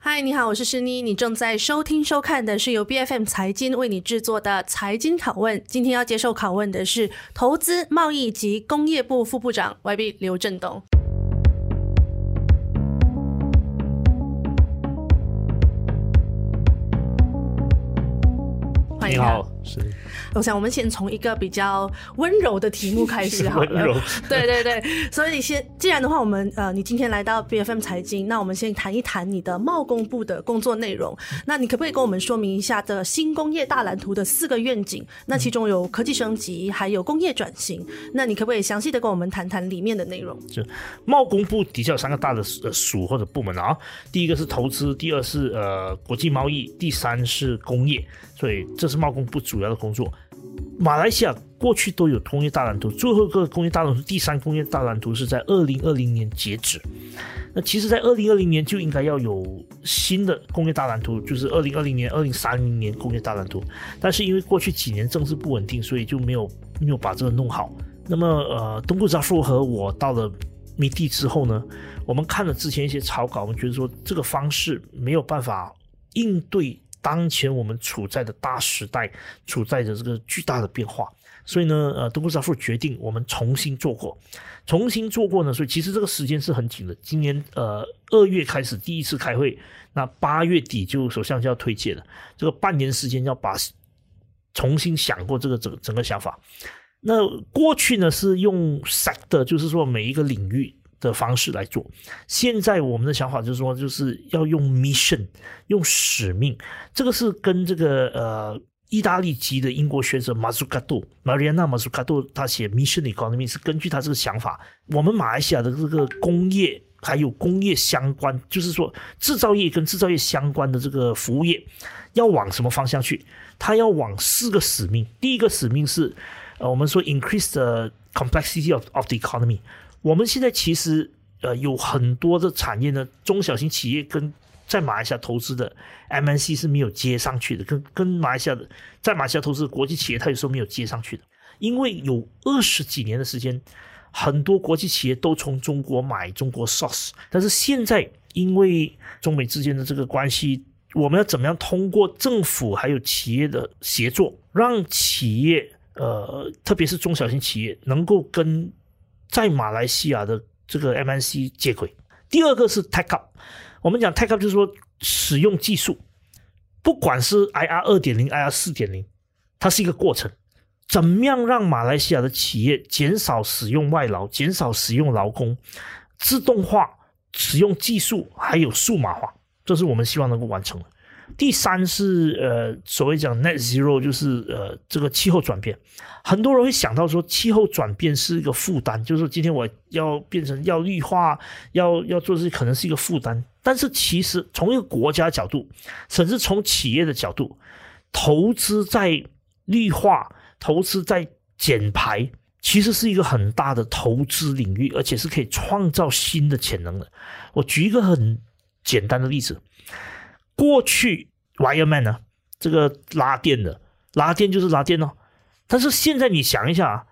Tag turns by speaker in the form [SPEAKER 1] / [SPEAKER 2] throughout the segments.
[SPEAKER 1] 嗨，你好，我是诗妮，你正在收听收看的是由 BFM 财经为你制作的财经拷问。今天要接受拷问的是投资、贸易及工业部副部长 YB 刘振东。
[SPEAKER 2] 你好，是。
[SPEAKER 1] 我想我们先从一个比较温柔的题目开始好了。
[SPEAKER 2] 温柔，
[SPEAKER 1] 对对对。所以既然的话，我们你今天来到 BFM 财经，那我们先谈一谈你的贸工部的工作内容。那你可不可以跟我们说明一下的新工业大蓝图的4个愿景？那其中有科技升级，还有工业转型。那你可不可以详细的跟我们谈谈里面的内容？
[SPEAKER 2] 是贸工部底下有3个大的署或者部门啊。第一个是投资，第二是国际贸易，第3是工业。所以这是贸工部主要的工作。马来西亚过去都有工业大蓝图，最后一个工业大蓝图，第3工业大蓝图是在2020年截止。那其实在2020年就应该要有新的工业大蓝图，就是2020年、2030年工业大蓝图。但是因为过去几年政治不稳定，所以就没有把这个弄好。那么东姑扎夫和我到了密地之后呢，我们看了之前一些草稿，我们觉得说这个方式没有办法应对当前我们处在的大时代，处在的这个巨大的变化。所以呢东姑扎夫决定我们重新做过呢，所以其实这个时间是很紧的。今年2月开始第一次开会，那8月底就首相就要推荐了，这个半年时间要把重新想过这个整个想法。那过去呢是用 sector， 就是说每一个领域的方式来做。现在我们的想法就是说，就是要用 mission， 用使命。这个是跟这个意大利籍的英国学者Mariana Mazzucato 他写 Mission Economy 是根据他这个想法。我们马来西亚的这个工业还有工业相关，就是说制造业跟制造业相关的这个服务业要往什么方向去？它要往4个使命。第一个使命是我们说 increase the complexity of the economy。我们现在其实有很多的产业呢，中小型企业跟在马来西亚投资的 MNC 是没有接上去的，跟马来西亚的在马来西亚投资的国际企业它有时候没有接上去的。因为有20几年的时间，很多国际企业都从中国买中国 source， 但是现在因为中美之间的这个关系，我们要怎么样通过政府还有企业的协作，让企业特别是中小型企业能够跟在马来西亚的这个 MNC 接轨。第二个是 Tech Up， 我们讲 Tech Up 就是说使用技术，不管是 IR 2.0、IR 4.0， 它是一个过程。怎么样让马来西亚的企业减少使用外劳，减少使用劳工，自动化、使用技术还有数码化，这是我们希望能够完成的。第3是所谓讲 Net Zero， 就是这个气候转变。很多人会想到说气候转变是一个负担，就是说今天我要变成要绿化，要做这些可能是一个负担。但是其实从一个国家角度，甚至从企业的角度，投资在绿化，投资在减排，其实是一个很大的投资领域，而且是可以创造新的潜能的。我举一个很简单的例子。过去 Wireman 呢，这个拉电就是拉电哦。但是现在你想一下啊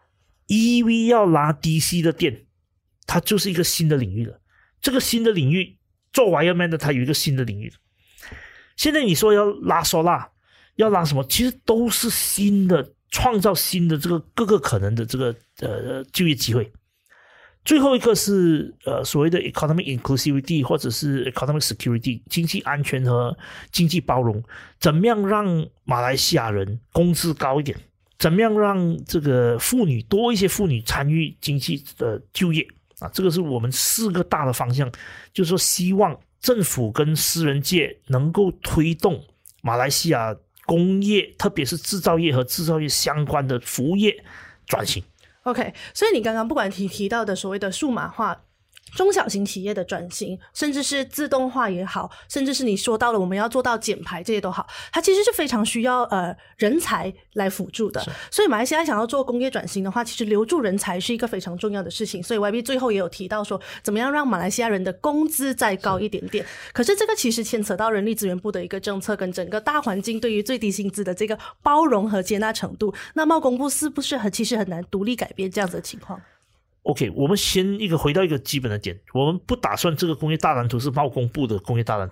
[SPEAKER 2] ，EV 要拉 DC 的电，它就是一个新的领域了。这个新的领域做 Wireman 的，它有一个新的领域。现在你说要拉 Solar， 要拉什么，其实都是新的，创造新的这个各个可能的这个就业机会。最后一个是所谓的 economic inclusivity 或者是 economic security， 经济安全和经济包容。怎么样让马来西亚人工资高一点？怎么样让这个多一些妇女参与经济的就业啊？这个是我们4个大的方向，就是说希望政府跟私人界能够推动马来西亚工业，特别是制造业和制造业相关的服务业转型。
[SPEAKER 1] OK， 所以你刚刚不管提到的所谓的数码化、中小型企业的转型，甚至是自动化也好，甚至是你说到了我们要做到减排这些都好，它其实是非常需要人才来辅助的。所以马来西亚想要做工业转型的话，其实留住人才是一个非常重要的事情。所以 YB 最后也有提到说，怎么样让马来西亚人的工资再高一点点。可是这个其实牵扯到人力资源部的一个政策跟整个大环境对于最低薪资的这个包容和接纳程度。那贸工部是不是其实很难独立改变这样子的情况
[SPEAKER 2] ？OK， 我们先回到一个基本的点，我们不打算这个工业大蓝图是贸工部的工业大蓝图，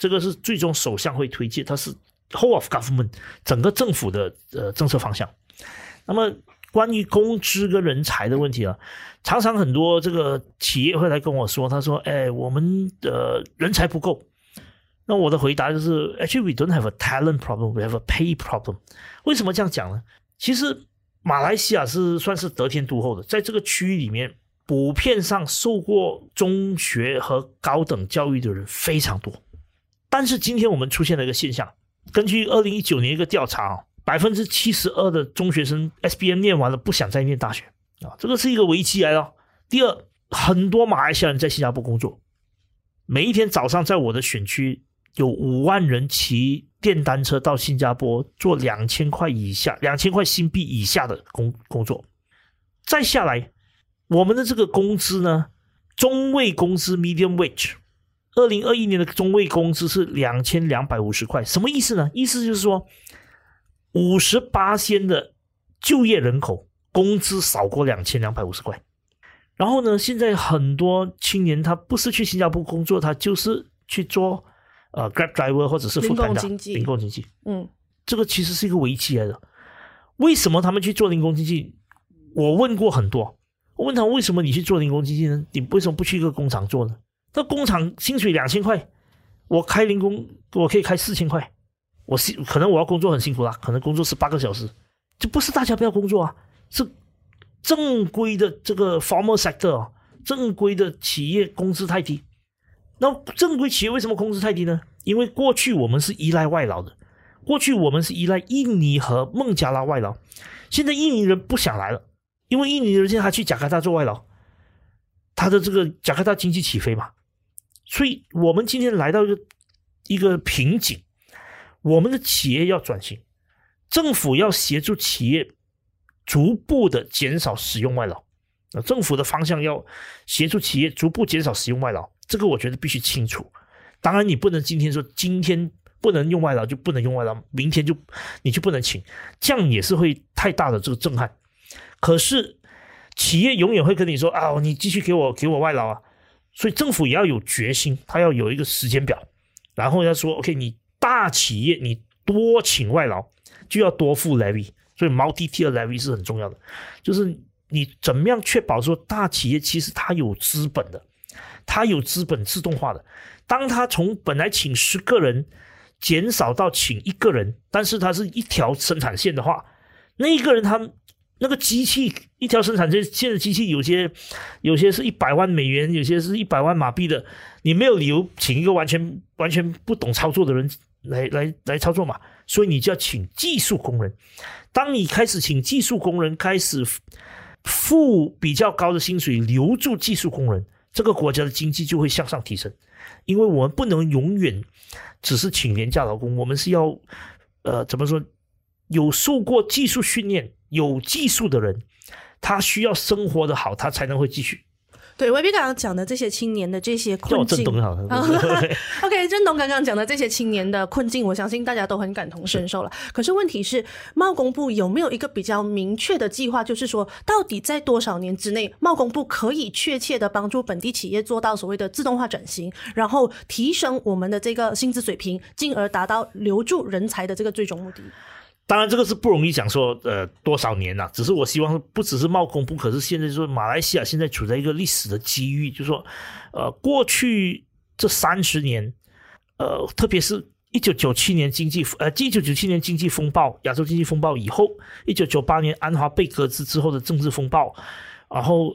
[SPEAKER 2] 这个是最终首相会推荐，它是 whole of government 整个政府的政策方向。那么关于工资跟人才的问题啊，常常很多这个企业会来跟我说，他说我们的人才不够。那我的回答就是 actually we don't have a talent problem, we have a pay problem。 为什么这样讲呢？其实马来西亚是算是得天独厚的，在这个区域里面普遍上受过中学和高等教育的人非常多。但是今天我们出现了一个现象，根据2019年一个调查72% 的中学生 SPM 念完了不想再念大学这个是一个危机来了。第二，很多马来西亚人在新加坡工作，每一天早上在我的选区有5万人骑电单车到新加坡做2000块以下2000块新币以下的工作。再下来我们的这个工资呢，中位工资 medium wage 2021年的中位工资是2250块。什么意思呢？意思就是说 58% 的就业人口工资少过2250块。然后呢，现在很多青年他不是去新加坡工作，他就是去做Grab driver 或者是 Foodpanda 零工经济。这个其实是一个危机来的。为什么他们去做零工经济？我问过很多，我问他为什么你去做零工经济呢？你为什么不去一个工厂做呢？那工厂薪水2000块，我开零工我可以开4000块，可能我要工作很辛苦啦，可能工作18个小时，这不是大家不要工作啊，是正规的这个 formal sector 正规的企业工资太低。那正规企业为什么工资太低呢？因为过去我们是依赖外劳的，过去我们是依赖印尼和孟加拉外劳，现在印尼人不想来了，因为印尼人现在还去加卡大做外劳，他的这个加卡大经济起飞嘛，所以我们今天来到一个瓶颈，我们的企业要转型，政府要协助企业逐步的减少使用外劳，政府的方向要协助企业逐步减少使用外劳，这个我觉得必须清楚。当然你不能今天说今天不能用外劳就不能用外劳，明天你就不能请，这样也是会太大的这个震撼。可是企业永远会跟你说你继续给我外劳啊，所以政府也要有决心，他要有一个时间表，然后要说 OK 你大企业你多请外劳就要多付 levy， 所以 multi-tier levy 是很重要的，就是你怎么样确保说大企业其实它有资本的，它有资本自动化的，当它从本来请10个人减少到请1个人，但是它是一条生产线的话，那一个人他那个机器一条生产线的机器有些是100万美元，有些是100万马币的，你没有理由请一个完全不懂操作的人来操作嘛，所以你就要请技术工人。当你开始请技术工人，开始付比较高的薪水留住技术工人，这个国家的经济就会向上提升。因为我们不能永远只是请廉价劳工，我们是要怎么说，有受过技术训练有技术的人，他需要生活的好，他才能会继续。
[SPEAKER 1] 对，YB刚刚讲的这些青年的这些困境，
[SPEAKER 2] 郑董好
[SPEAKER 1] OK， 郑董刚刚讲的这些青年的困境，我相信大家都很感同身受了。可是问题是，贸工部有没有一个比较明确的计划，就是说，到底在多少年之内，贸工部可以确切的帮助本地企业做到所谓的自动化转型，然后提升我们的这个薪资水平，进而达到留住人才的这个最终目的？
[SPEAKER 2] 当然这个是不容易讲说多少年啦，只是我希望不只是贸工部，可是现在说马来西亚现在处在一个历史的机遇，就是说过去这30年特别是1997年经济风暴，亚洲经济风暴以后，1998年安华被革职之后的政治风暴，然后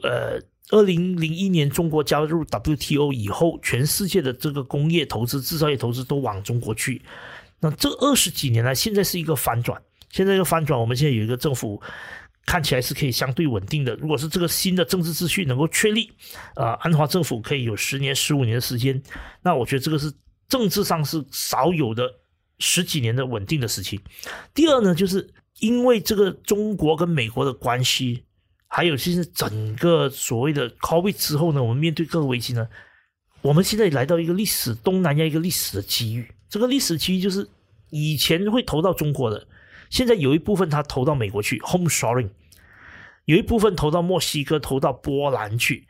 [SPEAKER 2] 2001年中国加入 WTO 以后，全世界的这个工业投资制造业投资都往中国去，那这20几年来现在是一个反转，我们现在有一个政府看起来是可以相对稳定的，如果是这个新的政治秩序能够确立，安华政府可以有10年15年的时间，那我觉得这个是政治上是少有的10几年的稳定的时期。第二呢，就是因为这个中国跟美国的关系，还有其实整个所谓的 COVID 之后呢，我们面对各个危机呢，我们现在来到一个东南亚一个历史的机遇。这个历史机遇就是以前会投到中国的，现在有一部分他投到美国去 home shoring， 有一部分投到墨西哥投到波兰去，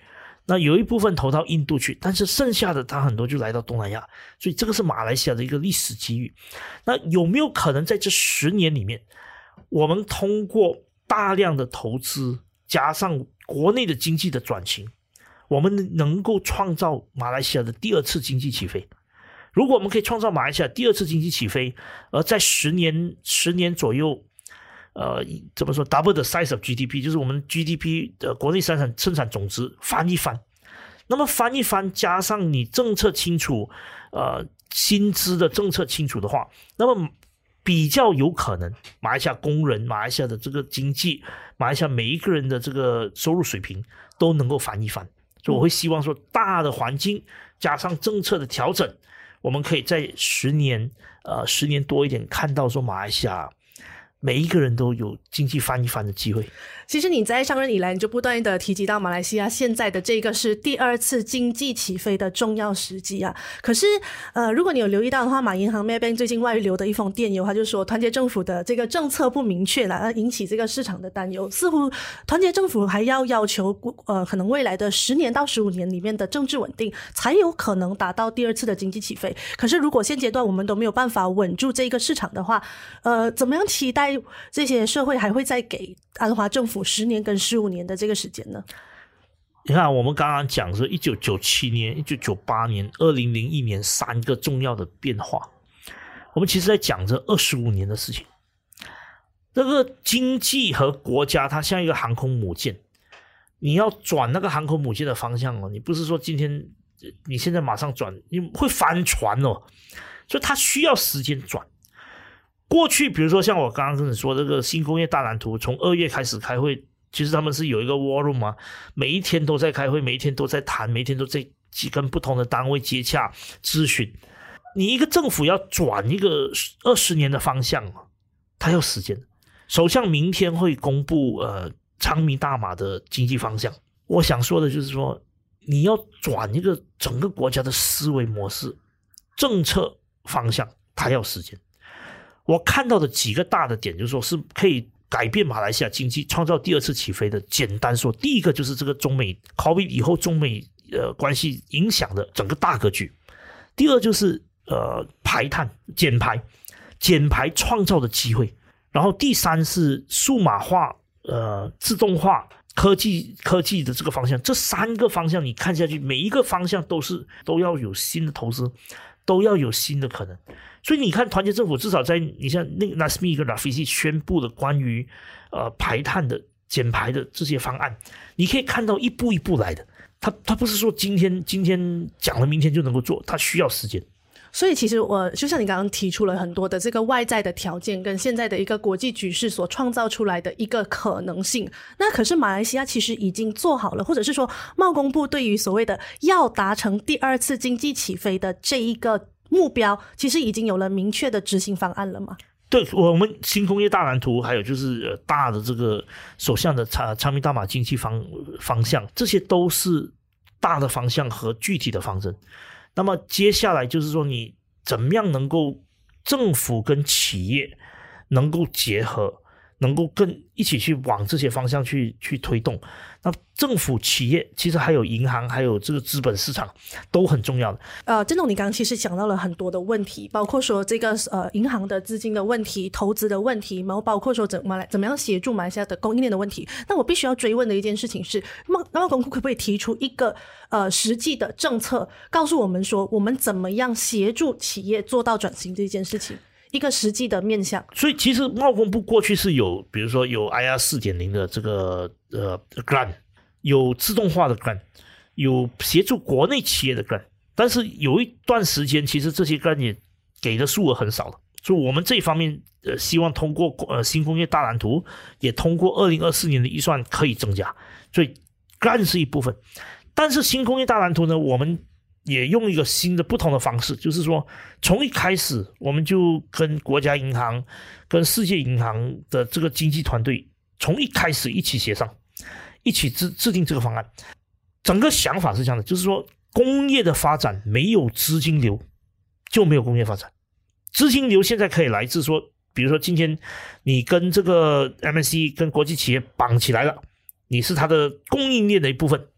[SPEAKER 2] 那有一部分投到印度去，但是剩下的它很多就来到东南亚，所以这个是马来西亚的一个历史机遇。那有没有可能在这10年里面，我们通过大量的投资加上国内的经济的转型，我们能够创造马来西亚的第2次经济起飞？如果我们可以创造马来西亚第2次经济起飞，而在10年左右怎么说 double the size of GDP， 就是我们 GDP 的国内生产总值翻一番，那么翻一番加上你政策清楚薪资的政策清楚的话，那么比较有可能马来西亚工人、马来西亚的这个经济、马来西亚每一个人的这个收入水平都能够翻一番。所以我会希望说大的环境加上政策的调整，我们可以在10年多一点看到说马来西亚每一个人都有经济翻一番的机会。
[SPEAKER 1] 其实你在上任以来，你就不断的提及到马来西亚现在的这个是第2次经济起飞的重要时机啊。可是如果你有留意到的话，马银行 Maybank 最近外流的一封电邮，他就说团结政府的这个政策不明确啦，引起这个市场的担忧。似乎团结政府还要求可能未来的10年到15年里面的政治稳定，才有可能达到第2次的经济起飞。可是如果现阶段我们都没有办法稳住这个市场的话，怎么样期待这些社会还会再给安华政府10年跟15年的这个时间呢？
[SPEAKER 2] 你看我们刚刚讲是1997年、1998年、2001年3个重要的变化，我们其实在讲这25年的事情。这个经济和国家它像一个航空母舰，你要转那个航空母舰的方向你不是说今天你现在马上转，你会翻船所以它需要时间转。过去比如说像我刚刚跟你说这个新工业大蓝图，从2月开始开会，其实他们是有一个 war room 嘛，每一天都在开会，每一天都在谈，每一天都在跟不同的单位接洽咨询。你一个政府要转一个20年的方向，它要时间。首相明天会公布昌明大马的经济方向，我想说的就是说，你要转一个整个国家的思维模式、政策方向，它要时间。我看到的几个大的点就是说是可以改变马来西亚经济创造第2次起飞的。简单说，第一个就是这个中美 COVID 以后中美关系影响的整个大格局，第二就是排碳减排创造的机会，然后第3是数码化自动化科技的这个方向。这3个方向你看下去，每一个方向都要有新的投资，都要有新的可能。所以你看团结政府至少在你像那个 Nasmi 跟 Rafizi 宣布的关于排碳的减排的这些方案，你可以看到一步一步来的。它不是说今天讲了明天就能够做，它需要时间。
[SPEAKER 1] 所以其实我就像你刚刚提出了很多的这个外在的条件跟现在的一个国际局势所创造出来的一个可能性，那可是马来西亚其实已经做好了，或者是说贸工部对于所谓的要达成第2次经济起飞的这一个目标，其实已经有了明确的执行方案了吗？
[SPEAKER 2] 对，我们新工业大蓝图，还有就是大的这个首相的昌明大马经济方向，这些都是大的方向和具体的方针。那么接下来就是说，你怎么样能够政府跟企业能够结合，能够一起去往这些方向去推动。那政府、企业，其实还有银行，还有这个资本市场都很重要的。
[SPEAKER 1] 郑总，你刚刚其实讲到了很多的问题，包括说这个银行的资金的问题、投资的问题，然后包括说怎么样协助马来西亚的供应链的问题。那我必须要追问的一件事情是，贸工部可不可以提出一个实际的政策，告诉我们说我们怎么样协助企业做到转型这件事情？一个实际的面向。
[SPEAKER 2] 所以其实贸工部过去是有，比如说有 IR 4.0 的这个grant， 有自动化的 grant， 有协助国内企业的 grant， 但是有一段时间其实这些 grant 也给的数额很少了。所以我们这一方面希望通过新工业大蓝图，也通过2024年的预算可以增加，所以 grant 是一部分。但是新工业大蓝图呢，我们也用一个新的不同的方式，就是说从一开始我们就跟国家银行跟世界银行的这个经济团队从一开始一起协商，一起制定这个方案。整个想法是这样的，就是说工业的发展没有资金流就没有工业发展。资金流现在可以来自说，比如说今天你跟这个 MNC 跟国际企业绑起来了，你是它的供应链的一部分，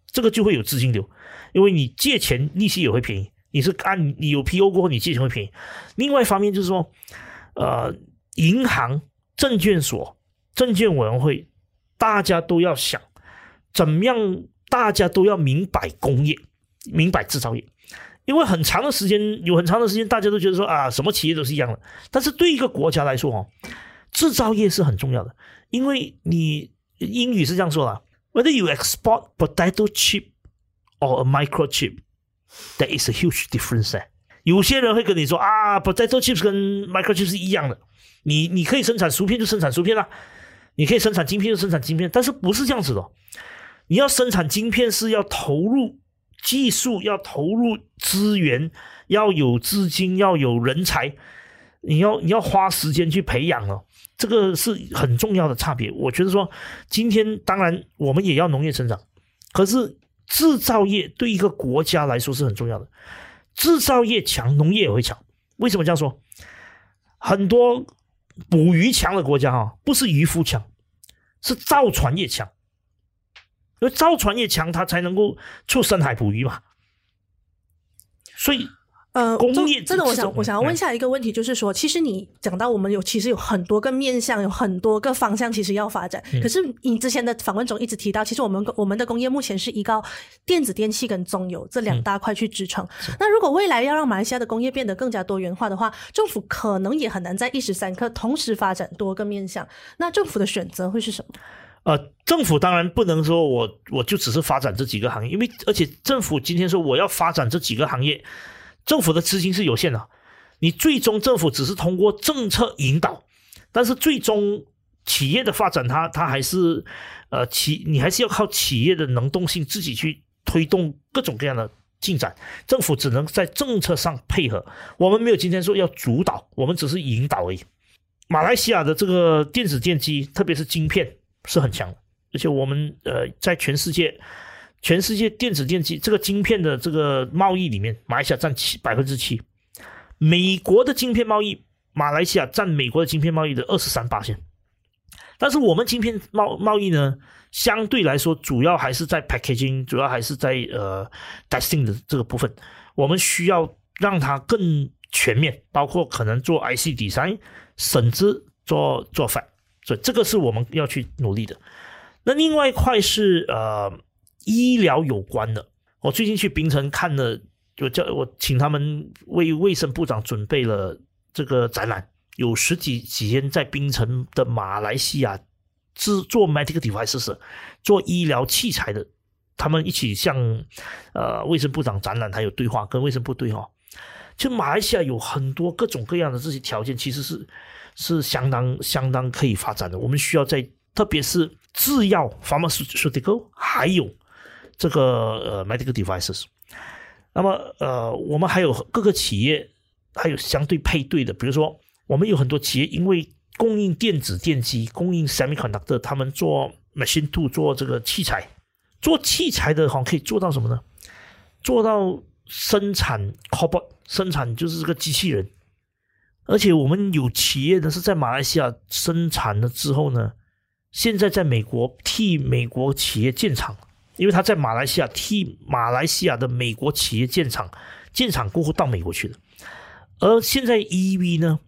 [SPEAKER 2] 这个就会有资金流，因为你借钱利息也会便宜，你有 PO 过后你借钱会便宜。另外一方面就是说银行、证券所、证券委员会大家都要想怎么样，大家都要明白工业，明白制造业。因为有很长的时间大家都觉得说什么企业都是一样的，但是对一个国家来说制造业是很重要的。因为你英语是这样说的 ，Whether you export potato chip or a microchip, there is a huge difference. 有些人会跟你说potato chips 跟 microchip 是一样的，你可以生产薯片就生产薯片啦，你可以生产晶片就生产晶片，但是不是这样子的。你要生产晶片是要投入技术，要投入资源，要有资金，要有人才，你要花时间去培养了，这个是很重要的差别。我觉得说今天当然我们也要农业成长，可是制造业对一个国家来说是很重要的。制造业强，农业也会强。为什么这样说？很多捕鱼强的国家不是渔夫强，是造船业强。因为造船业强，它才能够出深海捕鱼嘛。所以工业
[SPEAKER 1] 真的我想要问下一个问题，就是说其实你讲到我们其实有很多个面向，有很多个方向其实要发展，可是你之前的访问中一直提到，其实我们的工业目前是依靠电子电器跟中油这两大块去支撑。那如果未来要让马来西亚的工业变得更加多元化的话，政府可能也很难在一时三刻同时发展多个面向，那政府的选择会是什么？
[SPEAKER 2] 政府当然不能说我就只是发展这几个行业，因为而且政府今天说我要发展这几个行业，政府的资金是有限的，你最终政府只是通过政策引导，但是最终企业的发展它还是你还是要靠企业的能动性自己去推动各种各样的进展，政府只能在政策上配合，我们没有今天说要主导，我们只是引导而已。马来西亚的这个电子电机特别是晶片是很强的，而且我们在全世界电子电机这个晶片的这个贸易里面，马来西亚占 7%， 美国的晶片贸易，马来西亚占美国的晶片贸易的 23%。 但是我们晶片贸易呢，相对来说主要还是在 packaging， 主要还是在testing 的这个部分，我们需要让它更全面，包括可能做 IC design， 甚至做 fab， 所以这个是我们要去努力的。那另外一块是医疗有关的，我最近去槟城看了，我请他们为卫生部长准备了这个展览，有十几间在槟城的马来西亚做 medical devices 做医疗器材的，他们一起向卫生部长展览，还有对话，跟卫生部对话。就马来西亚有很多各种各样的这些条件，其实是相当可以发展的。我们需要特别是制药 pharmaceutical 还有这个medical devices。那么我们还有各个企业还有相对配对的，比如说我们有很多企业因为供应电子电机，供应 semiconductor， 他们做 machine tool， 做这个器材，做器材的可以做到什么呢？做到生产 cobot， 生产就是这个机器人。而且我们有企业呢是在马来西亚生产了之后呢，现在在美国替美国企业建厂，因为他在马来西亚替马来西亚的美国企业建厂过后到美国去的。而现在 EV 呢，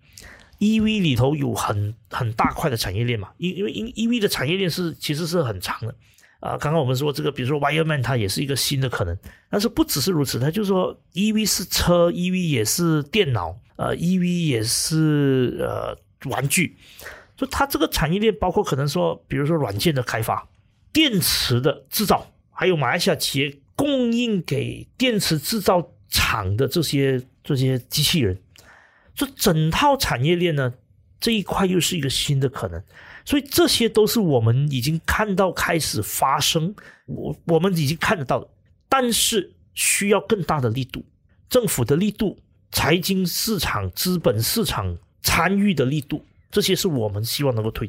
[SPEAKER 2] EV 里头有很大块的产业链嘛，因为 EV 的产业链其实是很长的。刚刚我们说这个，比如说 Wireman 它也是一个新的可能，但是不只是如此，它就是说 EV 是车， EV 也是电脑，EV 也是玩具，就它这个产业链包括可能说，比如说软件的开发、电池的制造，还有马来西亚企业供应给电池制造厂的这些机器人，所以整套产业链呢，这一块又是一个新的可能。所以这些都是我们已经看到开始发生，我们已经看得到的，但是需要更大的力度，政府的力度，财经市场、资本市场参与的力度，这些是我们希望能够推动的。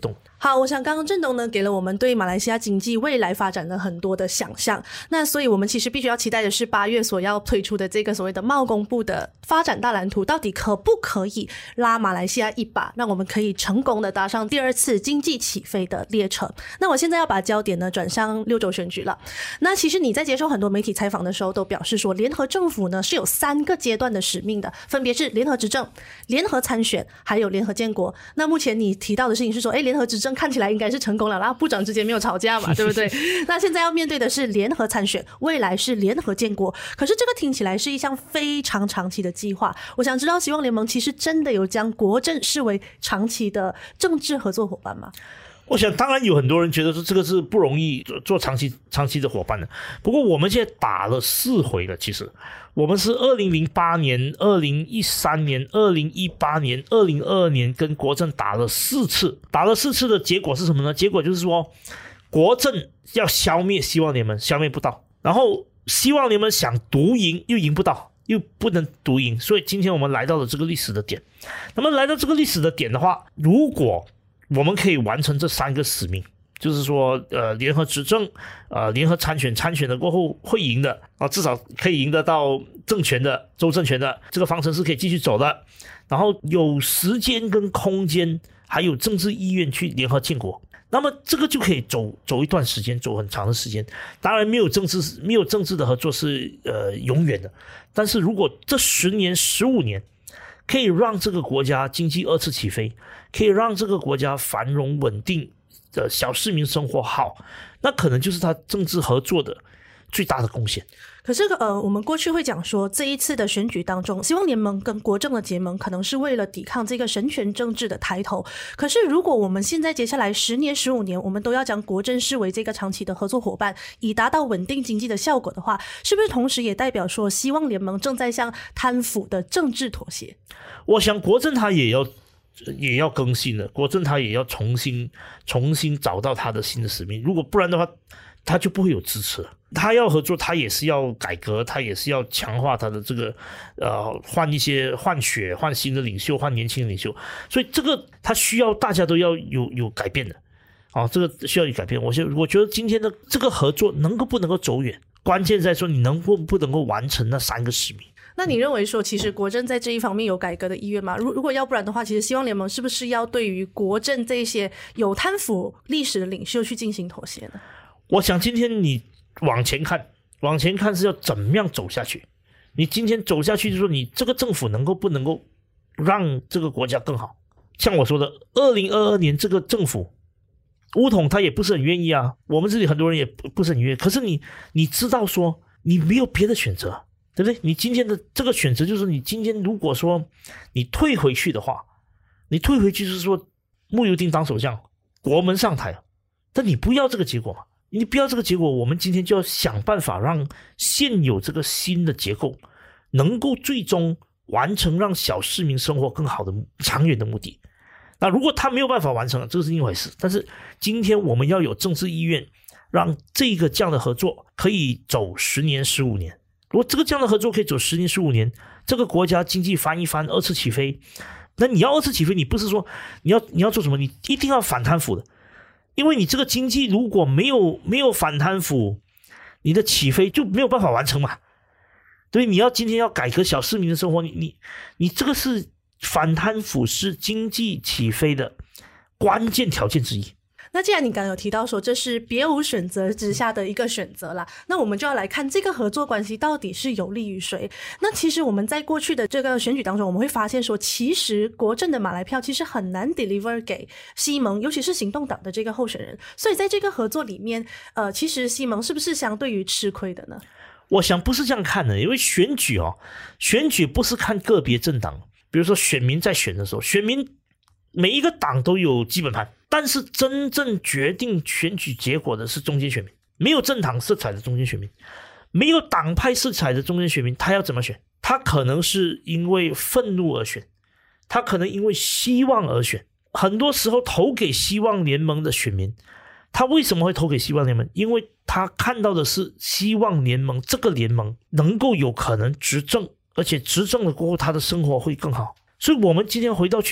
[SPEAKER 1] 好，我想刚刚郑东呢给了我们对马来西亚经济未来发展的很多的想象，那所以我们其实必须要期待的是8月所要推出的这个所谓的贸工部的发展大蓝图，到底可不可以拉马来西亚一把，让我们可以成功的搭上第2次经济起飞的列车。那我现在要把焦点呢转向6州选举了。那其实你在接受很多媒体采访的时候都表示说，联合政府呢是有3个阶段的使命的，分别是联合执政、联合参选还有联合建国。那目前你提到的事情是说，联合执政看起来应该是成功了啦，部长之间没有吵架嘛，对不对？那现在要面对的是联合参选，未来是联合建国。可是这个听起来是一项非常长期的计划。我想知道希望联盟其实真的有将国政视为长期的政治合作伙伴吗？
[SPEAKER 2] 我想当然有很多人觉得说这个是不容易做长期的伙伴的。不过我们现在打了4回了，其实我们是2008年、2013年、2018年、2022年跟国政打了4次，打了4次的结果是什么呢？结果就是说国政要消灭希望联盟，消灭不到，然后希望联盟想独赢又赢不到，又不能独赢，所以今天我们来到了这个历史的点。那么来到这个历史的点的话，如果我们可以完成这3个使命，就是说联合执政，联合参选的过后会赢的至少可以赢得到政权的州政权的这个方程式可以继续走的，然后有时间跟空间还有政治意愿去联合建国，那么这个就可以走一段时间，走很长的时间。当然没有政治的合作是永远的，但是如果这10年15年可以让这个国家经济2次起飞，可以让这个国家繁荣稳定的小市民生活好，那可能就是他政治合作的最大的贡献。
[SPEAKER 1] 可是我们过去会讲说，这一次的选举当中，希望联盟跟国政的结盟可能是为了抵抗这个神权政治的抬头。可是如果我们现在接下来10年15年我们都要将国政视为这个长期的合作伙伴，以达到稳定经济的效果的话，是不是同时也代表说希望联盟正在向贪腐的政治妥协？
[SPEAKER 2] 我想国政它也要更新了，国政它也要重新找到它的新的使命，如果不然的话他就不会有支持了。他要合作，他也是要改革，他也是要强化他的这个换血、换新的领袖、换年轻的领袖，所以这个他需要大家都要有改变的这个需要有改变。我觉得今天的这个合作不能够走远，关键在说你不能够完成那3个使命。
[SPEAKER 1] 那你认为说其实国政在这一方面有改革的意愿吗？如果要不然的话，其实希望联盟是不是要对于国政这些有贪腐历史的领袖去进行妥协呢？
[SPEAKER 2] 我想今天你往前看是要怎么样走下去。你今天走下去就是说你这个政府不能够让这个国家更好。像我说的2022年这个政府巫统他也不是很愿意啊，我们这里很多人也不是很愿意，可是你知道说你没有别的选择，对不对？你今天的这个选择就是你今天如果说你退回去的话，你退回去就是说慕尤丁当首相，国门上台，但你不要这个结果嘛？你不要这个结果，我们今天就要想办法让现有这个新的结构能够最终完成让小市民生活更好的长远的目的。那如果他没有办法完成，这是另一回事。但是今天我们要有政治意愿，让这样的合作可以走10年15年。如果这样的合作可以走10年15年，这个国家经济翻一番，2次起飞。那你要2次起飞，你不是说你要做什么，你一定要反贪腐的。因为你这个经济如果没有反贪腐，你的起飞就没有办法完成嘛。对，你今天要改革小市民的生活，你这个是反贪腐是经济起飞的关键条件之一。
[SPEAKER 1] 那既然你刚刚有提到说这是别无选择之下的一个选择啦，那我们就要来看这个合作关系到底是有利于谁。那其实我们在过去的这个选举当中，我们会发现说其实国政的马来票其实很难 deliver 给西蒙，尤其是行动党的这个候选人。所以在这个合作里面其实西蒙是不是相对于吃亏的呢？
[SPEAKER 2] 我想不是这样看的，因为选举不是看个别政党，比如说选民在选的时候，选民每一个党都有基本盘，但是真正决定选举结果的是中间选民，没有政党色彩的中间选民，没有党派色彩的中间选民，他要怎么选？他可能是因为愤怒而选，他可能因为希望而选。很多时候投给希望联盟的选民，他为什么会投给希望联盟？因为他看到的是希望联盟这个联盟能够有可能执政，而且执政了过后他的生活会更好。所以我们今天回到去想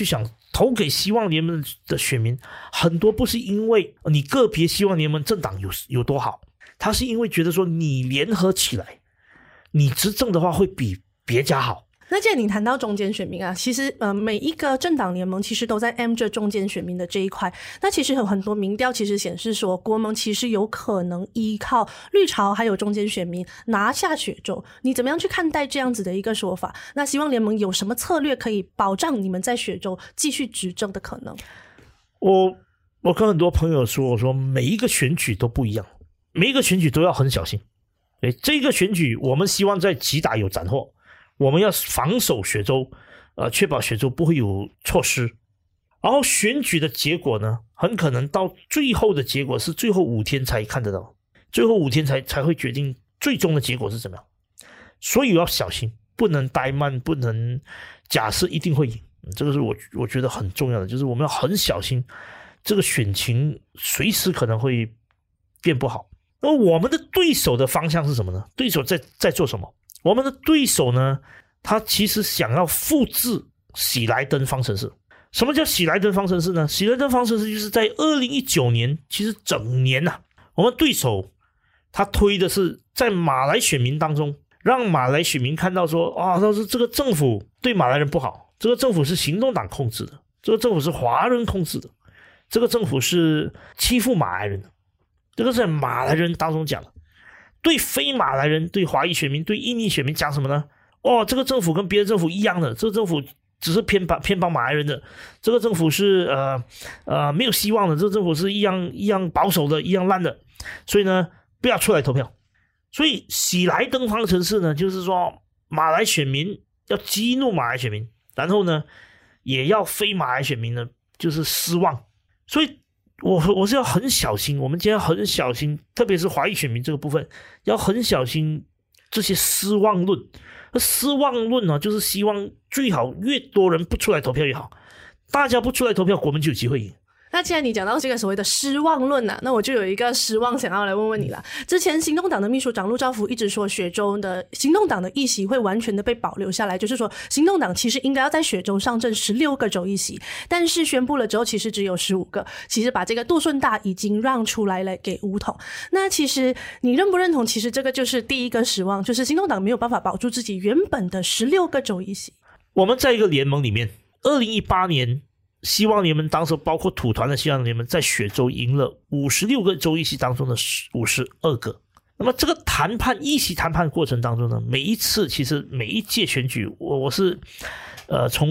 [SPEAKER 2] 投给希望联盟的选民，很多不是因为你个别希望联盟政党有多好，他是因为觉得说你联合起来，你执政的话会比别家好。
[SPEAKER 1] 那既然你谈到中间选民啊，其实每一个政党联盟其实都在 M 这中间选民的这一块。那其实有很多民调其实显示说，国盟其实有可能依靠绿潮还有中间选民拿下雪州。你怎么样去看待这样子的一个说法？那希望联盟有什么策略可以保障你们在雪州继续执政的可能？
[SPEAKER 2] 我跟很多朋友说，我说每一个选举都不一样，每一个选举都要很小心。这个选举我们希望在击打有斩获，我们要防守雪州，确保雪州不会有错失。然后选举的结果呢，很可能到最后的结果是最后5天才看得到，最后5天才会决定最终的结果是怎么样。所以要小心，不能怠慢，不能假设一定会赢。这个是我觉得很重要的，就是我们要很小心，这个选情随时可能会变不好。那我们的对手的方向是什么呢？对手在做什么？我们的对手呢，他其实想要复制喜来登方程式。什么叫喜来登方程式呢？喜来登方程式就是在2019年，其实整年我们对手他推的是在马来选民当中，让马来选民看到说，他说这个政府对马来人不好，这个政府是行动党控制的，这个政府是华人控制的，这个政府是欺负马来人的。这个是马来人当中讲的。对非马来人、对华裔选民、对印尼选民讲什么呢？这个政府跟别的政府一样的，这个政府只是偏帮马来人的，这个政府是没有希望的，这个政府是一样保守的，一样烂的，所以呢不要出来投票。所以喜来登方程式呢，就是说马来选民要激怒马来选民，然后呢也要非马来选民呢就是失望。所以我是要很小心，我们今天要很小心，特别是华裔选民这个部分要很小心这些失望论。失望论呢，就是希望最好越多人不出来投票越好，大家不出来投票，国民就有机会赢。
[SPEAKER 1] 那既然你讲到这个所谓的失望论那我就有一个失望想要来问问你了。之前行动党的秘书长陆兆福一直说雪州的行动党的议席会完全的被保留下来，就是说行动党其实应该要在雪州上阵16个州议席，但是宣布了之后其实只有15个，其实把这个杜顺大已经让出来了给巫统。那其实你认不认同，其实这个就是第一个失望，就是行动党没有办法保住自己原本的16个州议席。
[SPEAKER 2] 我们在一个联盟里面，2018年希望联盟当时包括土团的希望联盟在雪州赢了56个州议席当中的52个。那么这个议席谈判过程当中呢，其实每一届选举我是从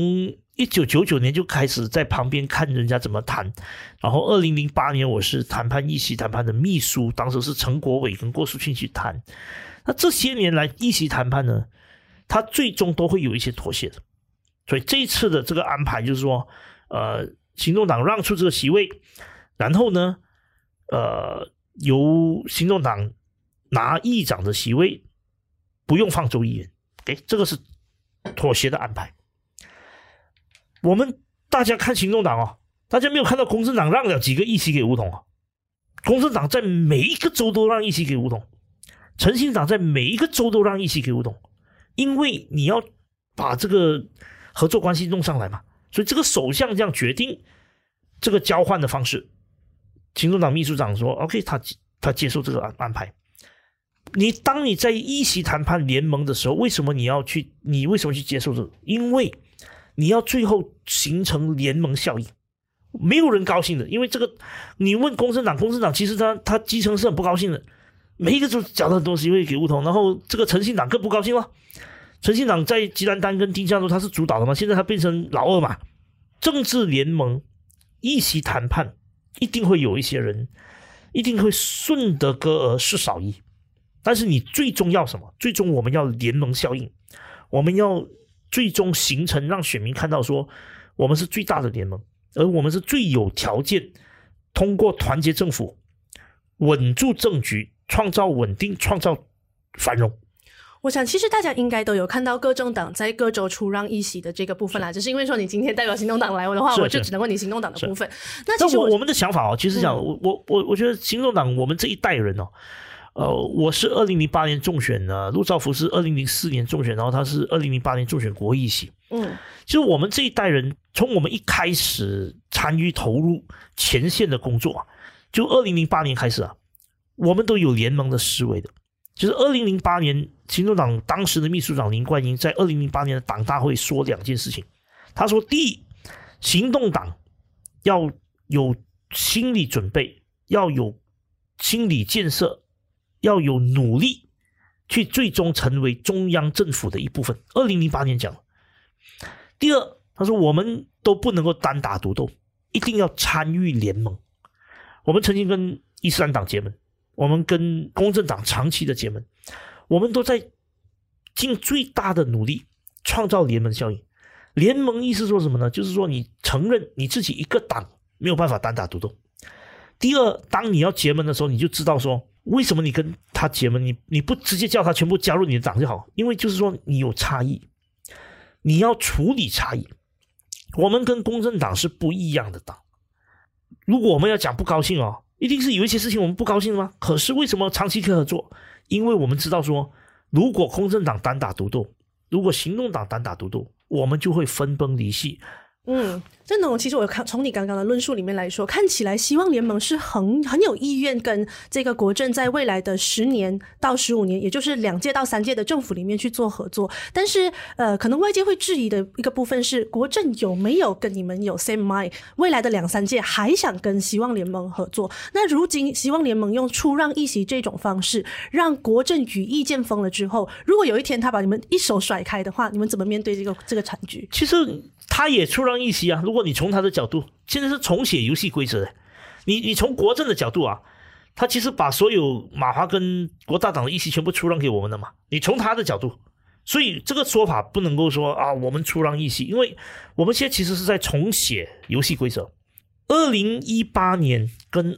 [SPEAKER 2] 1999年就开始在旁边看人家怎么谈，然后2008年我是议席谈判的秘书，当时是陈国伟跟郭树清去谈。那这些年来议席谈判呢，他最终都会有一些妥协的。所以这一次的这个安排就是说行动党让出这个席位，然后呢由行动党拿议长的席位，不用放州议员。这个是妥协的安排。我们大家看行动党大家没有看到公正党让了几个议席给巫统公正党在每一个州都让议席给巫统，诚信党在每一个州都让议席给巫统，因为你要把这个合作关系弄上来嘛。所以这个首相这样决定这个交换的方式，行动党秘书长说 OK， 他接受这个安排。当你在议席谈判联盟的时候，你为什么去接受这个？因为你要最后形成联盟效应，没有人高兴的。因为这个你问公正党其实他基层是很不高兴的，每一个都缴了很多席位给巫统，然后这个诚信党更不高兴了。诚信党在吉兰丹跟丁加州他是主导的嘛，现在他变成老二嘛。政治联盟议席谈判一定会有一些人一定会顺得哥而失少一，但是你最终要什么？最终我们要联盟效应，我们要最终形成让选民看到说我们是最大的联盟，而我们是最有条件通过团结政府稳住政局，创造稳定，创造繁荣。
[SPEAKER 1] 我想其实大家应该都有看到各政党在各州出让议席的这个部分啦，只是因为说你今天代表行动党来的话，我就只能问你行动党的部分。那其实
[SPEAKER 2] 我们的想法其实讲我觉得行动党我们这一代人我是2008年中选的，陆兆福是2004年中选，然后他是2008年中选国会议席。其实我们这一代人，从我们一开始参与投入前线的工作，就2008年开始啊，我们都有联盟的思维的。就是2008年，行动党当时的秘书长林冠英在2008年的党大会说2件事情。他说，第一，行动党要有心理准备，要有心理建设，要有努力去最终成为中央政府的一部分。2008年讲。第二，他说我们都不能够单打独斗，一定要参与联盟。我们曾经跟伊斯兰党结盟，我们跟公正党长期的结盟，我们都在尽最大的努力创造联盟效应。联盟意思说什么呢？就是说你承认你自己一个党没有办法单打独斗。第二，当你要结盟的时候，你就知道说为什么你跟他结盟，你不直接叫他全部加入你的党就好，因为就是说你有差异，你要处理差异。我们跟公正党是不一样的党，如果我们要讲不高兴哦，一定是有一些事情我们不高兴吗？可是为什么长期可以合作？因为我们知道说，如果公正党单打独斗，如果行动党单打独斗，我们就会分崩离析。
[SPEAKER 1] 郑董，其实我从你刚刚的论述里面来说，看起来希望联盟是很有意愿跟这个国政在未来的10年到15年，也就是2届到3届的政府里面去做合作。但是可能外界会质疑的一个部分是，国政有没有跟你们有 same mind， 未来的2-3届还想跟希望联盟合作？那如今希望联盟用出让议席这种方式，让国政羽翼渐丰了之后，如果有一天他把你们一手甩开的话，你们怎么面对这个惨局？
[SPEAKER 2] 其实他也出让议席啊，如果你从他的角度，现在是重写游戏规则的。你从国政的角度啊，他其实把所有马华跟国大党的议席全部出让给我们了嘛。你从他的角度，所以这个说法不能够说啊我们出让议席，因为我们现在其实是在重写游戏规则。2018年跟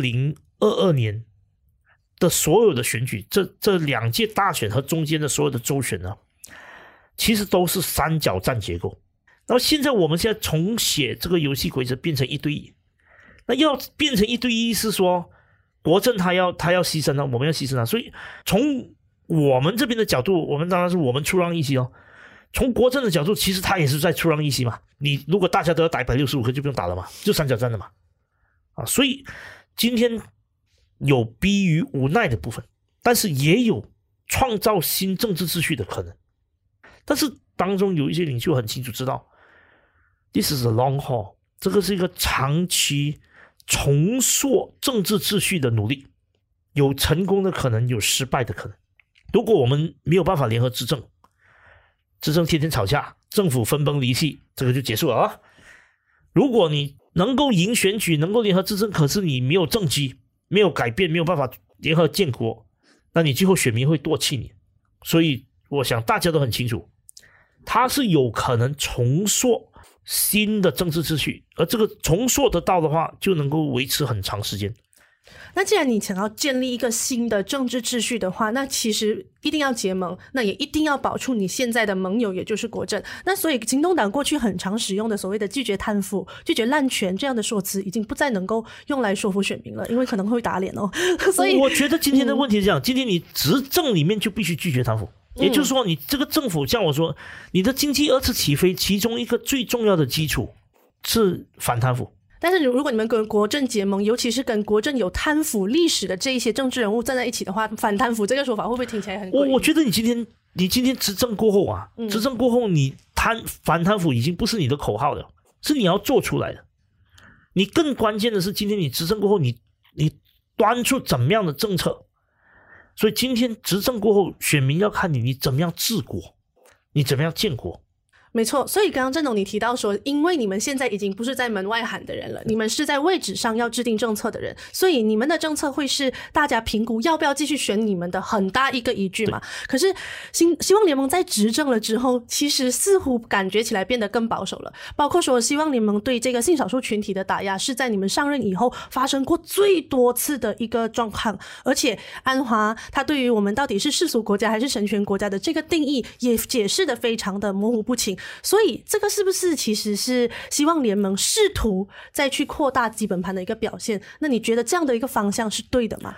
[SPEAKER 2] 2022年的所有的选举，这2届大选和中间的所有的州选呢，其实都是三角战结构。然后现在重写这个游戏规则变成1对1，那要变成1对1是说国政他要牺牲了，我们要牺牲了。所以从我们这边的角度，我们当然是我们出让议席哦。从国政的角度，其实他也是在出让议席嘛。你如果大家都要打165个就不用打了嘛，就三角战了嘛。所以今天有逼于无奈的部分，但是也有创造新政治秩序的可能。但是当中有一些领袖很清楚知道 This is a long haul， 这个是一个长期重塑政治秩序的努力，有成功的可能，有失败的可能。如果我们没有办法联合执政天天吵架，政府分崩离析，这个就结束了啊。如果你能够赢选举，能够联合执政，可是你没有政绩，没有改变，没有办法联合建国，那你最后选民会唾弃你。所以我想大家都很清楚，它是有可能重塑新的政治秩序，而这个重塑得到的话，就能够维持很长时间。
[SPEAKER 1] 那既然你想要建立一个新的政治秩序的话，那其实一定要结盟，那也一定要保住你现在的盟友，也就是国政。那所以行动党过去很常使用的所谓的拒绝贪腐、拒绝滥权这样的说辞，已经不再能够用来说服选民了，因为可能会打脸哦。所以
[SPEAKER 2] 我觉得今天的问题是这样，今天你执政里面就必须拒绝贪腐。也就是说，你这个政府像我说，你的经济2次起飞，其中一个最重要的基础是反贪腐。
[SPEAKER 1] 但是如果你们跟国政结盟，尤其是跟国政有贪腐历史的这一些政治人物站在一起的话，反贪腐这个说法会不会听起来很诡异？
[SPEAKER 2] 我觉得你今天执政过后啊，执政过后你反贪腐已经不是你的口号了，是你要做出来的。你更关键的是，今天你执政过后，你端出怎么样的政策？所以今天执政过后，选民要看你怎么样治国，你怎么样建国。
[SPEAKER 1] 没错，所以刚刚郑董你提到说，因为你们现在已经不是在门外喊的人了，你们是在位置上要制定政策的人，所以你们的政策会是大家评估要不要继续选你们的很大一个依据嘛。可是希望联盟在执政了之后，其实似乎感觉起来变得更保守了，包括说希望联盟对这个性少数群体的打压是在你们上任以后发生过最多次的一个状况，而且安华他对于我们到底是世俗国家还是神权国家的这个定义也解释得非常的模糊不清。所以这个是不是其实是希望联盟试图再去扩大基本盘的一个表现？那你觉得这样的一个方向是对的吗？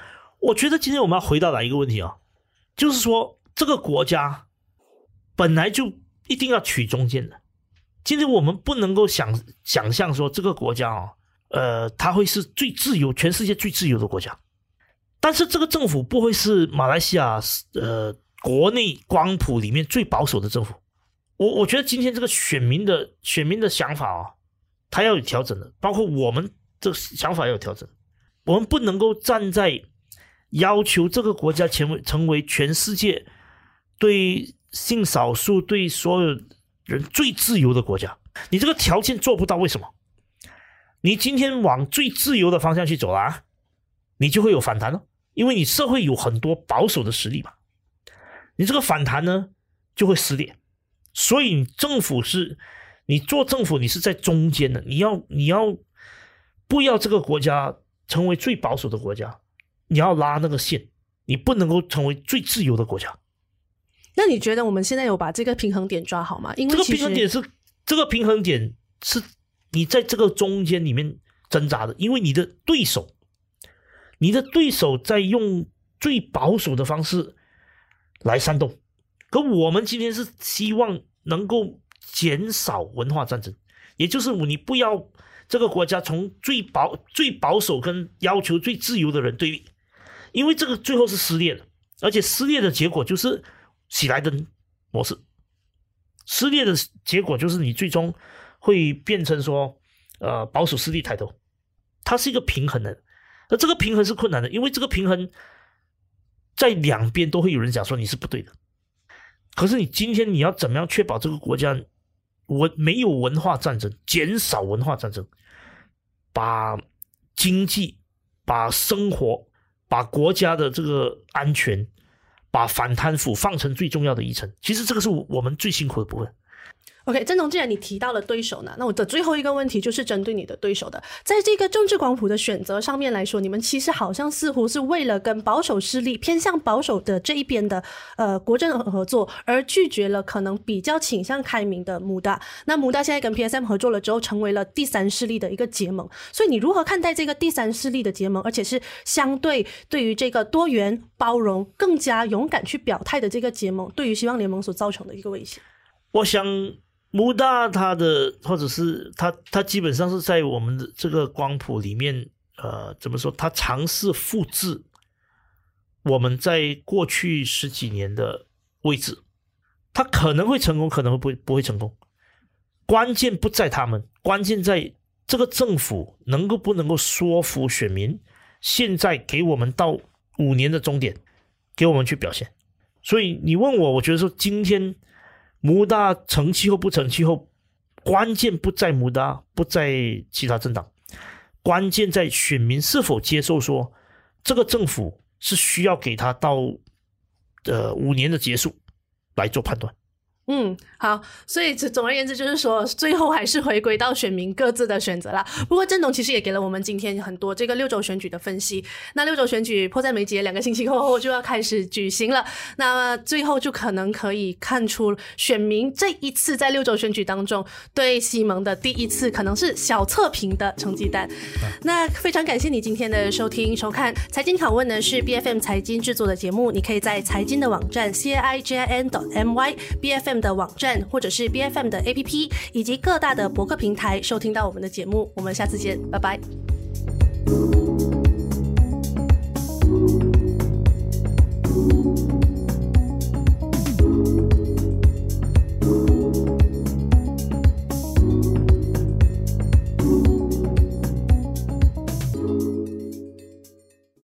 [SPEAKER 2] 我觉得今天我们要回到哪一个问题啊？就是说这个国家本来就一定要取中间的。今天我们不能够想象说这个国家它会是最自由，全世界最自由的国家。但是这个政府不会是马来西亚国内光谱里面最保守的政府。我觉得今天这个选民的想法他要有调整的，包括我们这个想法要有调整。我们不能够站在要求这个国家成为全世界对性少数、对所有人最自由的国家。你这个条件做不到，为什么？你今天往最自由的方向去走了你就会有反弹了，因为你社会有很多保守的实力嘛。你这个反弹呢就会撕裂。所以你做政府，你是在中间的，你要不要这个国家成为最保守的国家，你要拉那个线，你不能够成为最自由的国家。
[SPEAKER 1] 那你觉得我们现在有把这个平衡点抓好吗？因为这个
[SPEAKER 2] 平衡点是你在这个中间里面挣扎的，因为你的对手在用最保守的方式来煽动。可我们今天是希望能够减少文化战争，也就是你不要这个国家从最保守跟要求最自由的人对立，因为这个最后是撕裂的，而且撕裂的结果就是喜来登模式，撕裂的结果就是你最终会变成说保守势力抬头。它是一个平衡的，而这个平衡是困难的，因为这个平衡在两边都会有人讲说你是不对的。可是你今天你要怎么样确保这个国家没有文化战争，减少文化战争，把经济、把生活、把国家的这个安全、把反贪腐放成最重要的一层。其实这个是我们最辛苦的部分。
[SPEAKER 1] OK， 郑总，既然你提到了对手呢，那我的最后一个问题就是针对你的对手的。在这个政治光谱的选择上面来说，你们其实好像似乎是为了跟保守势力偏向保守的这一边的国政合作，而拒绝了可能比较倾向开明的穆大。那穆大现在跟 PSM 合作了之后，成为了第三势力的一个结盟。所以你如何看待这个第三势力的结盟，而且是相对于这个多元包容更加勇敢去表态的这个结盟，对于希望联盟所造成的一个威胁？
[SPEAKER 2] 我想穆大他的，或者是他基本上是在我们的这个光谱里面，怎么说？他尝试复制我们在过去10几年的位置，他可能会成功，可能会不会成功。关键不在他们，关键在这个政府不能够说服选民，现在给我们到5年的终点，给我们去表现。所以你问我觉得说今天穆大成气候不成气候，关键不在穆大，不在其他政党，关键在选民是否接受说这个政府是需要给他到5年的结束来做判断。
[SPEAKER 1] 好，所以总而言之就是说，最后还是回归到选民各自的选择啦。不过郑董其实也给了我们今天很多这个6州选举的分析。那6州选举迫在眉睫，2个星期过后就要开始举行了。那最后就可能可以看出选民这一次在6州选举当中对西蒙的第一次可能是小测评的成绩单。那非常感谢你今天的收听收看。财经拷问呢是 BFM 财经制作的节目，你可以在财经的网站 caijin.my BFM的网站或者是 BFM 的 APP 以及各大的博客平台收听到我们的节目。我们下次见，拜拜。